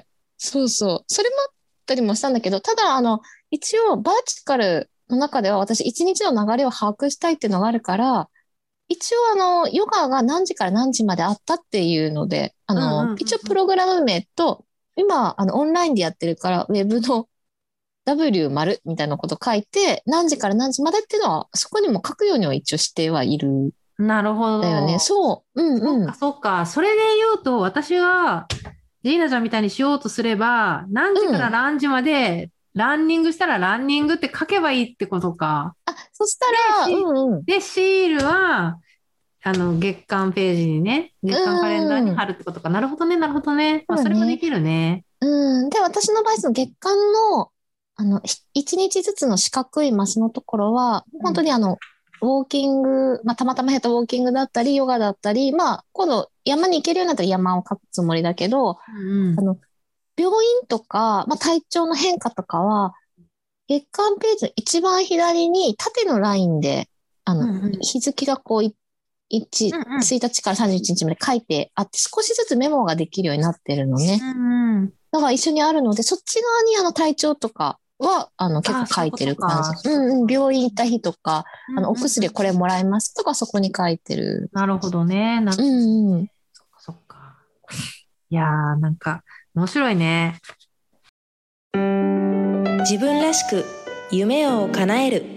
[SPEAKER 2] そうそう、それもあったりもしたんだけど、ただ、あの、一応、バーチカルの中では私、一日の流れを把握したいっていうのがあるから、一応、あの、ヨガが何時から何時まであったっていうので、あの、
[SPEAKER 1] うんうんうん
[SPEAKER 2] 一応、
[SPEAKER 1] うん。
[SPEAKER 2] プログラム名と、今、あの、オンラインでやってるから、ウェブの W 丸みたいなこと書いて、何時から何時までっていうのは、そこにも書くようには一応してはいるん
[SPEAKER 1] なるほ
[SPEAKER 2] だよね。
[SPEAKER 1] ど。
[SPEAKER 2] そう。うんうん。
[SPEAKER 1] そっか、そっか。それで言うと、私は、ジーナちゃんみたいにしようとすれば、何時から
[SPEAKER 2] うん。
[SPEAKER 1] 何時まで、ランニングしたらランニングって書けばいいってことか。
[SPEAKER 2] あ、そした
[SPEAKER 1] で、
[SPEAKER 2] ら、う
[SPEAKER 1] し、
[SPEAKER 2] んうん。
[SPEAKER 1] で、シールは、あの、月間ページにね、
[SPEAKER 2] う
[SPEAKER 1] 月間カレンダーに
[SPEAKER 2] んうん。
[SPEAKER 1] 貼るってことか。なるほどね、なるほどね。まあ、
[SPEAKER 2] そうだね。
[SPEAKER 1] それもできるね。
[SPEAKER 2] うん。で、私の場合、その月間の、あの、ひ一日ずつの四角いマスのところは、本当にあの、ウォーキング、まあ、たまたまやったウォーキングだったり、ヨガだったり、まあ、今度山に行けるようになったら山を描くつもりだけど、
[SPEAKER 1] うんうん。
[SPEAKER 2] あの、病院とか、まあ、体調の変化とかは、月間ページの一番左に縦のラインで、あの、
[SPEAKER 1] うんうん。
[SPEAKER 2] 日付がこう、い一
[SPEAKER 1] うんうん。
[SPEAKER 2] ついたちからさんじゅういちにちまで書いてあって、少しずつメモができるようになってるのね。
[SPEAKER 1] うんうん。
[SPEAKER 2] だから一緒にあるので、そっち側にあの体調とかは、あの結
[SPEAKER 1] ああ、そういう
[SPEAKER 2] 構書い
[SPEAKER 1] ことか。
[SPEAKER 2] てる感じ。うんうん、病院行った日とか、あの、お
[SPEAKER 1] うんうんうん。
[SPEAKER 2] 薬これもらいますとか、そこに書いてる。
[SPEAKER 1] なるほどね。な、
[SPEAKER 2] うんうん。
[SPEAKER 1] そっかそっか。いやー、なんか、面白いね。自分らしく夢を叶える。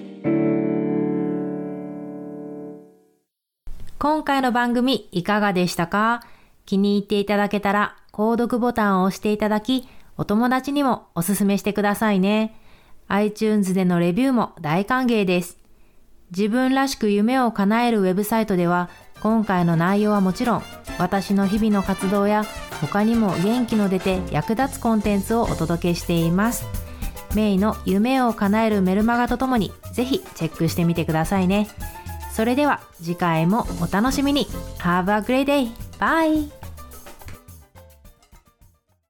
[SPEAKER 1] 今回の番組いかがでしたか？気に入っていただけたら購読ボタンを押していただき、お友達にもおすすめしてくださいね。iTunes でのレビューも大歓迎です。自分らしく夢を叶えるウェブサイトでは、今回の内容はもちろん、私の日々の活動や他にも元気の出て役立つコンテンツをお届けしています。メイの夢を叶えるメルマガとともにぜひチェックしてみてくださいね。それでは次回もお楽しみに。Have a great day! Bye!